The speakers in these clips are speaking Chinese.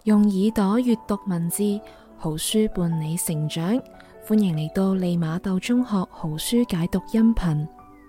用耳朵閱讀文字，好書伴你成長。歡迎嚟到利馬竇中學好書解讀音頻。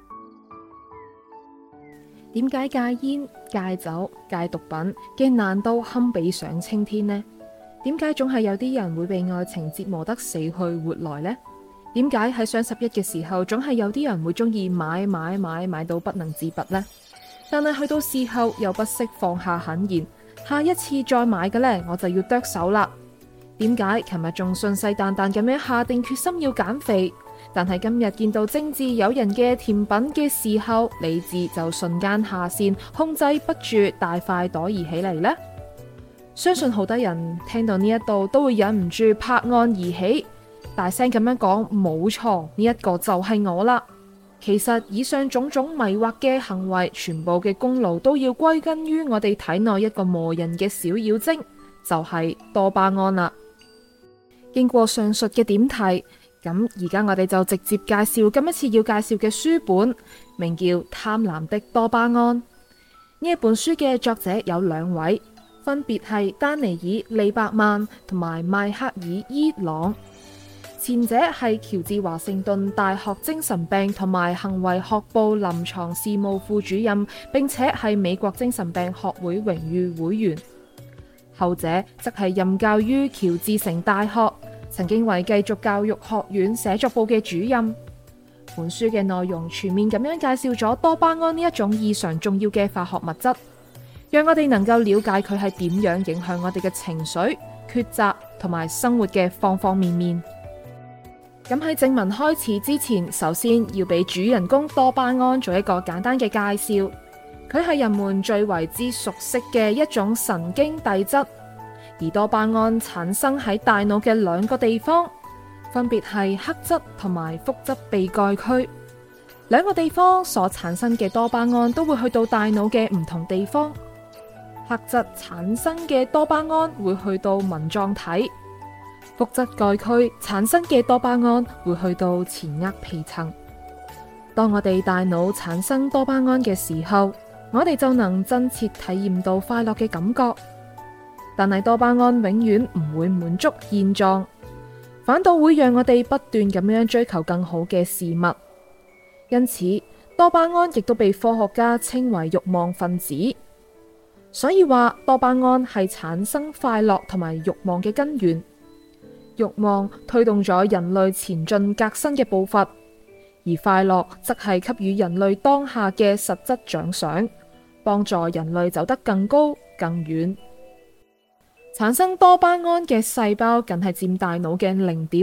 點解戒煙、戒酒、戒毒品嘅難度堪比上青天呢？點解總係有啲人會被愛情折磨得死去活來呢？點解喺雙11嘅時候，總係有啲人會中意買到不能自拔呢？但係去到事後又不惜放下狠言，下一次再買嘅呢，我就要剁手啦。點解琴日仲信誓旦旦咁樣下定決心要減肥，但係今日見到精緻誘人嘅甜品嘅時候，理智就瞬間下線，控制不住大快朵頤起嚟呢？相信好多人聽到呢一度都會忍唔住拍案而起，大聲咁樣講：冇錯，呢一個就係我啦。其實以上種種迷惑嘅行為，全部嘅功勞都要歸根於我哋體內一個磨人嘅小妖精，就係多巴胺啦。經過上述嘅點提，咁而家我哋就直接介紹今一次要介紹嘅書本，名叫《貪婪的多巴胺》。呢一本書嘅作者有兩位，分別係丹尼爾·利伯曼同埋邁克爾·伊朗。前者係喬治華盛頓大學精神病同埋行為學部臨床事務副主任，並且係美國精神病學會榮譽會員。後者則係任教於喬治城大學，曾經為繼續教育學院寫作部嘅主任。本書嘅內容全面咁樣介紹咗多巴胺呢一種異常重要嘅化學物質，讓我哋能夠了解佢係點樣影響我哋嘅情緒、抉擇同埋生活嘅方方面面。咁喺正文開始之前，首先要俾主人公多巴胺做一個簡單嘅介紹。佢係人們最為之熟悉嘅一種神經遞質，而多巴胺產生喺大腦嘅兩個地方，分別係黑質同埋腹質被蓋區。兩個地方所產生嘅多巴胺都會去到大腦嘅唔同地方。黑質產生嘅多巴胺會去到紋狀體。腹質蓋區產生嘅多巴胺會去到前額皮層。當我哋大腦產生多巴胺嘅時候，我哋就能真切體驗到快樂嘅感覺。但係多巴胺永遠唔會滿足現狀，反倒會讓我哋不斷咁樣追求更好嘅事物。因此，多巴胺亦都被科學家稱為慾望分子。所以話多巴胺係產生快樂同埋慾望嘅根源。慾望推動咗人類前進革新嘅步伐，而快樂則係給予人類當下嘅實質獎賞，幫助人類走得更高更遠。產生多巴胺嘅細胞僅係佔大腦嘅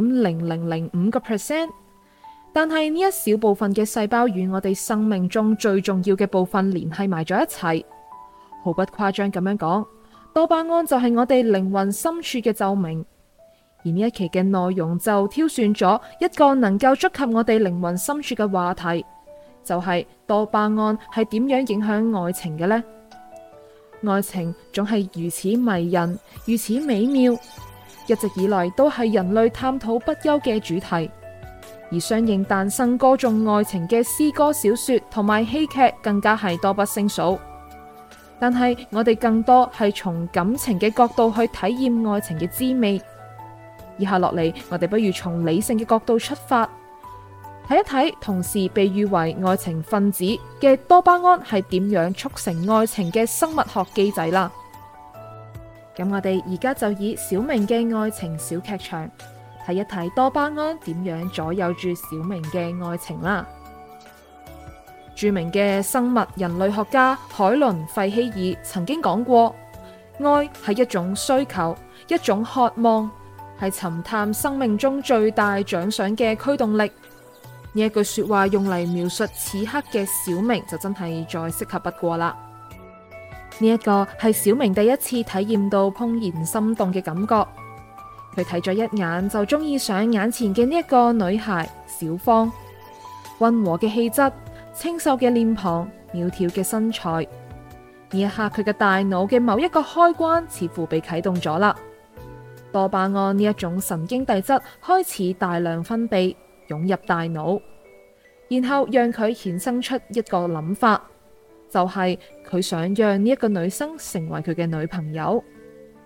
0.0005%，但係呢一小部分嘅細胞與我哋生命中最重要嘅部分聯繫埋咗一齊。毫不誇張咁樣講，多巴胺就係我哋靈魂深處嘅奏鳴。而呢一期嘅內容就挑選咗一個能夠觸及我哋靈魂深處嘅話題，就係多巴胺係點樣影響愛情嘅呢？愛情總係如此迷人，如此美妙，一直以來都係人類探討不休嘅主題。而相應誕生歌頌愛情嘅詩歌、小說同埋戲劇更加係多不勝數。但係我哋更多係從感情嘅角度去體驗愛情嘅滋味。以下落嚟，我哋不如從理性嘅角度出發，睇一睇同時被譽為愛情分子嘅多巴胺係點樣促成愛情嘅生物學機制啦。咁我哋而家就以小明嘅愛情小劇場睇一睇多巴胺點樣左右住小明嘅愛情啦。著名嘅生物人類學家海倫費希爾曾經講過，愛係一種需求，一種渴望，係尋探生命中最大獎賞嘅驅動力。呢一句說話用嚟描述此刻嘅小明就真係再適合不過啦。呢一個係小明第一次體驗到怦然心動嘅感覺。佢睇咗一眼就中意上眼前嘅呢一個女孩小芳，溫和嘅氣質，清秀嘅臉龐，苗條嘅身材。呢一刻佢嘅大腦嘅某一個開關似乎被啟動咗啦。多巴胺呢一種神經遞質開始大量分泌，湧入大腦，然後讓佢衍生出一個諗法，就係佢想讓呢一個女生成為佢嘅女朋友。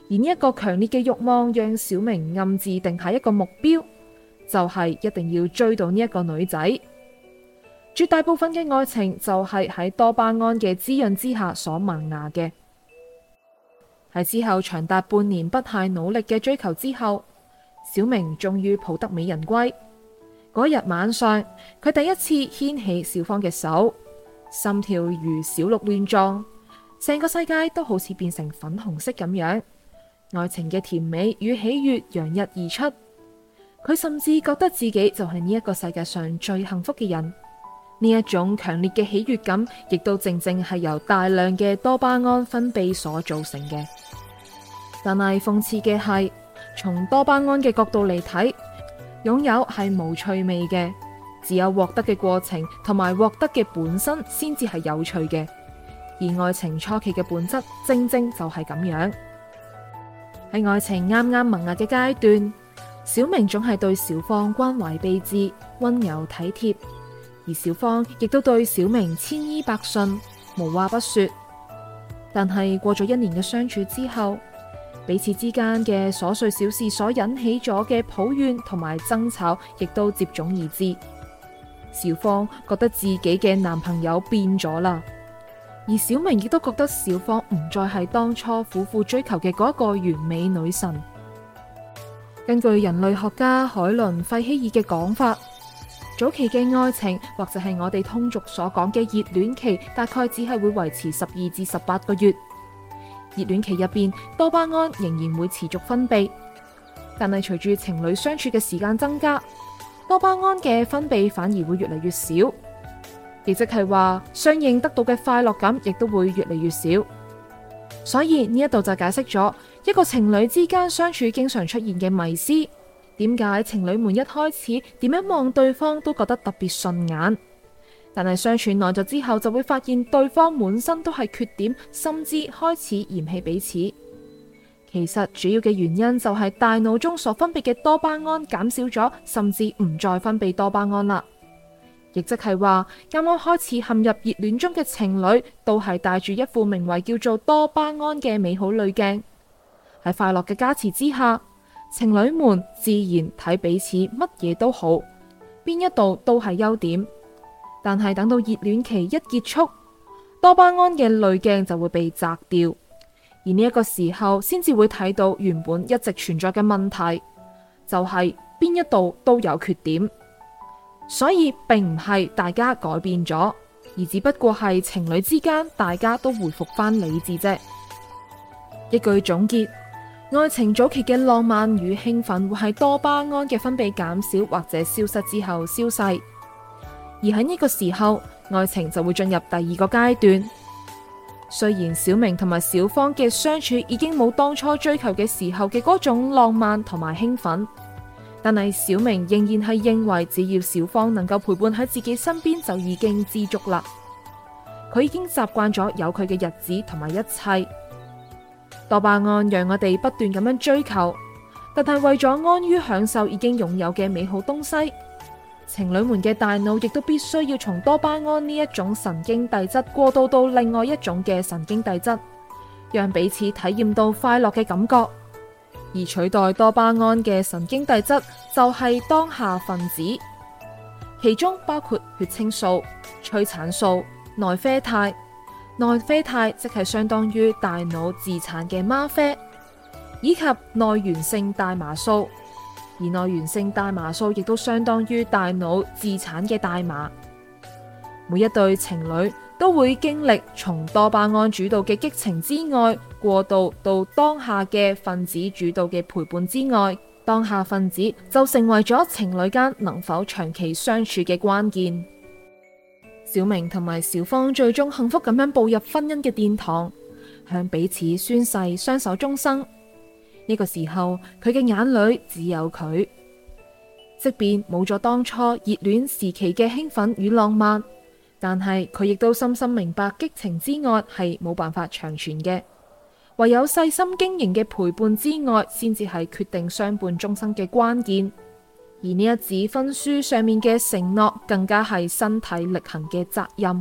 而呢一個強烈嘅慾望，讓小明暗自定下一個目標，就係一定要追到呢一個女仔。絕大部分嘅愛情就係喺多巴胺嘅滋潤之下所萌芽嘅。喺之後長達半年不懈努力嘅追求之後，小明終於抱得美人歸。嗰日晚上，佢第一次牽起小芳嘅手，心跳如小鹿亂撞，成個世界都好似變成粉紅色咁樣。愛情嘅甜美與喜悅洋溢而出，佢甚至覺得自己就係呢一個世界上最幸福嘅人。呢一種強烈嘅喜悅感，亦都正正係由大量嘅多巴胺分泌所造成嘅。但係諷刺嘅係，從多巴胺嘅角度嚟睇，擁有係無趣味嘅，只有獲得嘅過程同埋獲得嘅本身先至係有趣嘅。而愛情初期嘅本質，正正就係咁樣。喺愛情啱啱萌芽嘅階段，小明總係對小芳關懷備至、溫柔體貼，而小芳亦都對小明千依百順、無話不說。但係過咗1年嘅相處之後，彼此之間嘅瑣碎小事所引起咗嘅抱怨同埋爭吵，亦都接踵而至。小芳覺得自己嘅男朋友變咗啦。而小明亦都覺得小芳唔再係當初苦苦追求嘅嗰一個完美女神。根據人類學家海倫費希爾嘅講法，早期嘅愛情或者係我哋通俗所講嘅熱戀期，大概只係會維持12至18個月。熱戀期入邊，多巴胺仍然會持續分泌，但係隨住情侶相處嘅時間增加，多巴胺嘅分泌反而會越嚟越少。亦即係話，相應得到嘅快樂感亦都會越嚟越少。所以呢一度就解釋咗一個情侶之間相處經常出現嘅迷思。點解情侶們一開始點樣望對方都覺得特別順眼，但係相處耐咗之後就會發現對方滿身都係缺點，甚至開始嫌棄彼此。其實主要嘅原因就係大腦中所分泌嘅多巴胺減少咗，甚至唔再分泌多巴胺啦。亦即係話，啱啱開始陷入熱戀中嘅情侶，都係帶住一副名為叫做多巴胺嘅美好濾鏡。喺快樂嘅加持之下，情侶們自然睇彼此乜嘢都好，邊一度都係優點。但係等到熱戀期一結束，多巴胺嘅濾鏡就會被摘掉，而呢一個時候先至會睇到原本一直存在嘅問題，就係邊一度都有缺點。所以並唔係大家改變咗，而只不過係情侶之間大家都回復翻理智啫。一句總結，愛情早期嘅浪漫與興奮會喺多巴胺嘅分泌減少或者消失之後消逝，而喺呢個時候，愛情就會進入第二個階段。雖然小明同埋小芳嘅相處已經冇當初追求嘅時候嘅嗰種浪漫同埋興奮，但係小明仍然係認為只要小芳能夠陪伴喺自己身邊就已經知足啦。佢已經習慣咗有佢嘅日子同埋一切。多巴胺讓我哋不斷咁樣追求，但係為咗安於享受已經擁有嘅美好東西，情侶們嘅大腦亦都必須要從多巴胺呢一種神經遞質過渡到另外一種嘅神經遞質，讓彼此體驗到快樂嘅感覺。而取代多巴胺嘅神經遞質就係當下分子，其中包括血清素、催產素、內啡肽。內啡肽即係相當於大腦自產嘅嗎啡，以及內源性大麻素。而內源性大麻素亦都相當於大腦自產嘅大麻。每一對情侶都會經歷從多巴胺主導嘅激情之外，過渡到當下嘅分子主導嘅陪伴之外，當下分子就成為咗情侶間能否長期相處嘅關鍵。小明同埋小芳最終幸福咁樣步入婚姻嘅殿堂，向彼此宣誓相守終生。呢個時候，佢嘅眼裏只有佢。即便冇咗當初熱戀時期嘅興奮與浪漫，但係佢亦都深深明白激情之愛係冇辦法長存嘅，唯有細心經營嘅陪伴之愛，先至係決定相伴終生嘅關鍵。而呢一紙婚書上面嘅承諾，更加係身體力行嘅責任。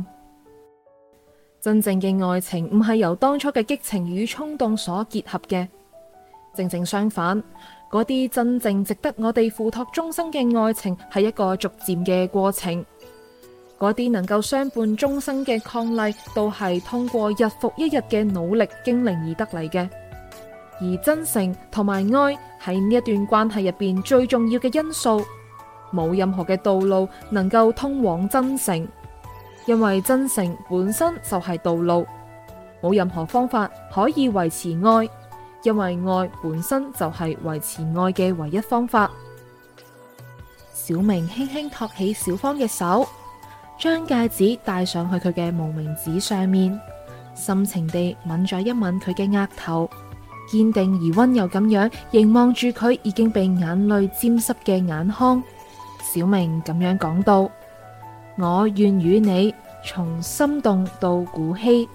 真正嘅愛情唔係由當初嘅激情與衝動所結合嘅， 正正相反，嗰啲真正值得我哋付託終生嘅愛情係一個逐漸嘅過程。嗰啲能夠相伴終生嘅伉儷，都係通過日復一日嘅努力經歷而得嚟嘅。而真誠同埋愛喺呢一段關係入邊最重要嘅因素，冇任何嘅道路能夠通往真誠，因為真誠本身就係道路。冇任何方法可以維持愛，因為愛本身就係維持愛嘅唯一方法。小明輕輕托起小芳嘅手，將戒指戴上去佢嘅無名指上面，深情地吻咗一吻佢嘅額頭，堅定而溫柔咁樣凝望住佢已經被眼淚沾濕嘅眼眶。小明咁樣講道：我願與你從心動到古稀。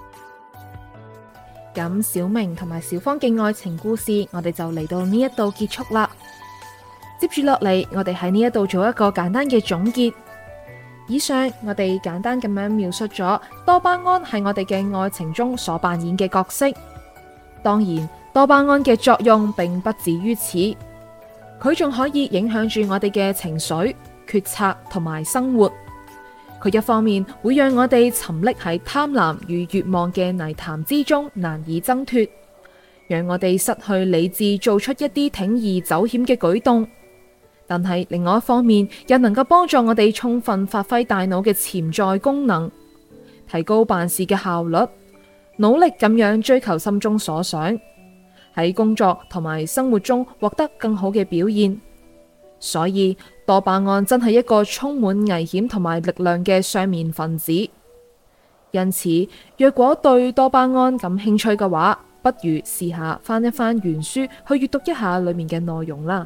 咁小明同埋小芳嘅愛情故事，我哋就嚟到呢一度結束啦。接住落嚟，我哋喺呢一度做一個簡單嘅總結。以上我哋簡單咁樣描述咗多巴胺喺我哋嘅愛情中所扮演嘅角色。當然，多巴胺嘅作用並不止於此，佢仲可以影響住我哋嘅情緒、決策同埋生活。佢一方面會讓我哋沉溺喺貪婪與慾望嘅泥潭之中難以掙脫，讓我哋失去理智，做出一啲鋌而走險嘅舉動。但係另外一方面，又能夠幫助我哋充分發揮大腦嘅潛在功能，提高辦事嘅效率，努力咁樣追求心中所想，喺工作同埋生活中獲得更好嘅表現。所以多巴胺真係一個充滿危險同埋力量嘅雙面分子。因此，若果對多巴胺感興趣嘅話，不如試下翻一翻原書去閱讀一下裏面嘅內容啦。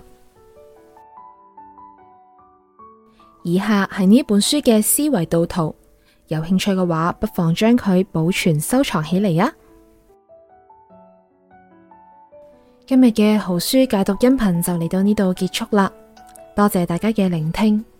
以下係呢本書嘅思維導圖，有興趣嘅話，不妨將佢保存收藏起嚟啊！今日嘅好書解讀音頻就嚟到呢度結束啦，多謝大家嘅聆聽。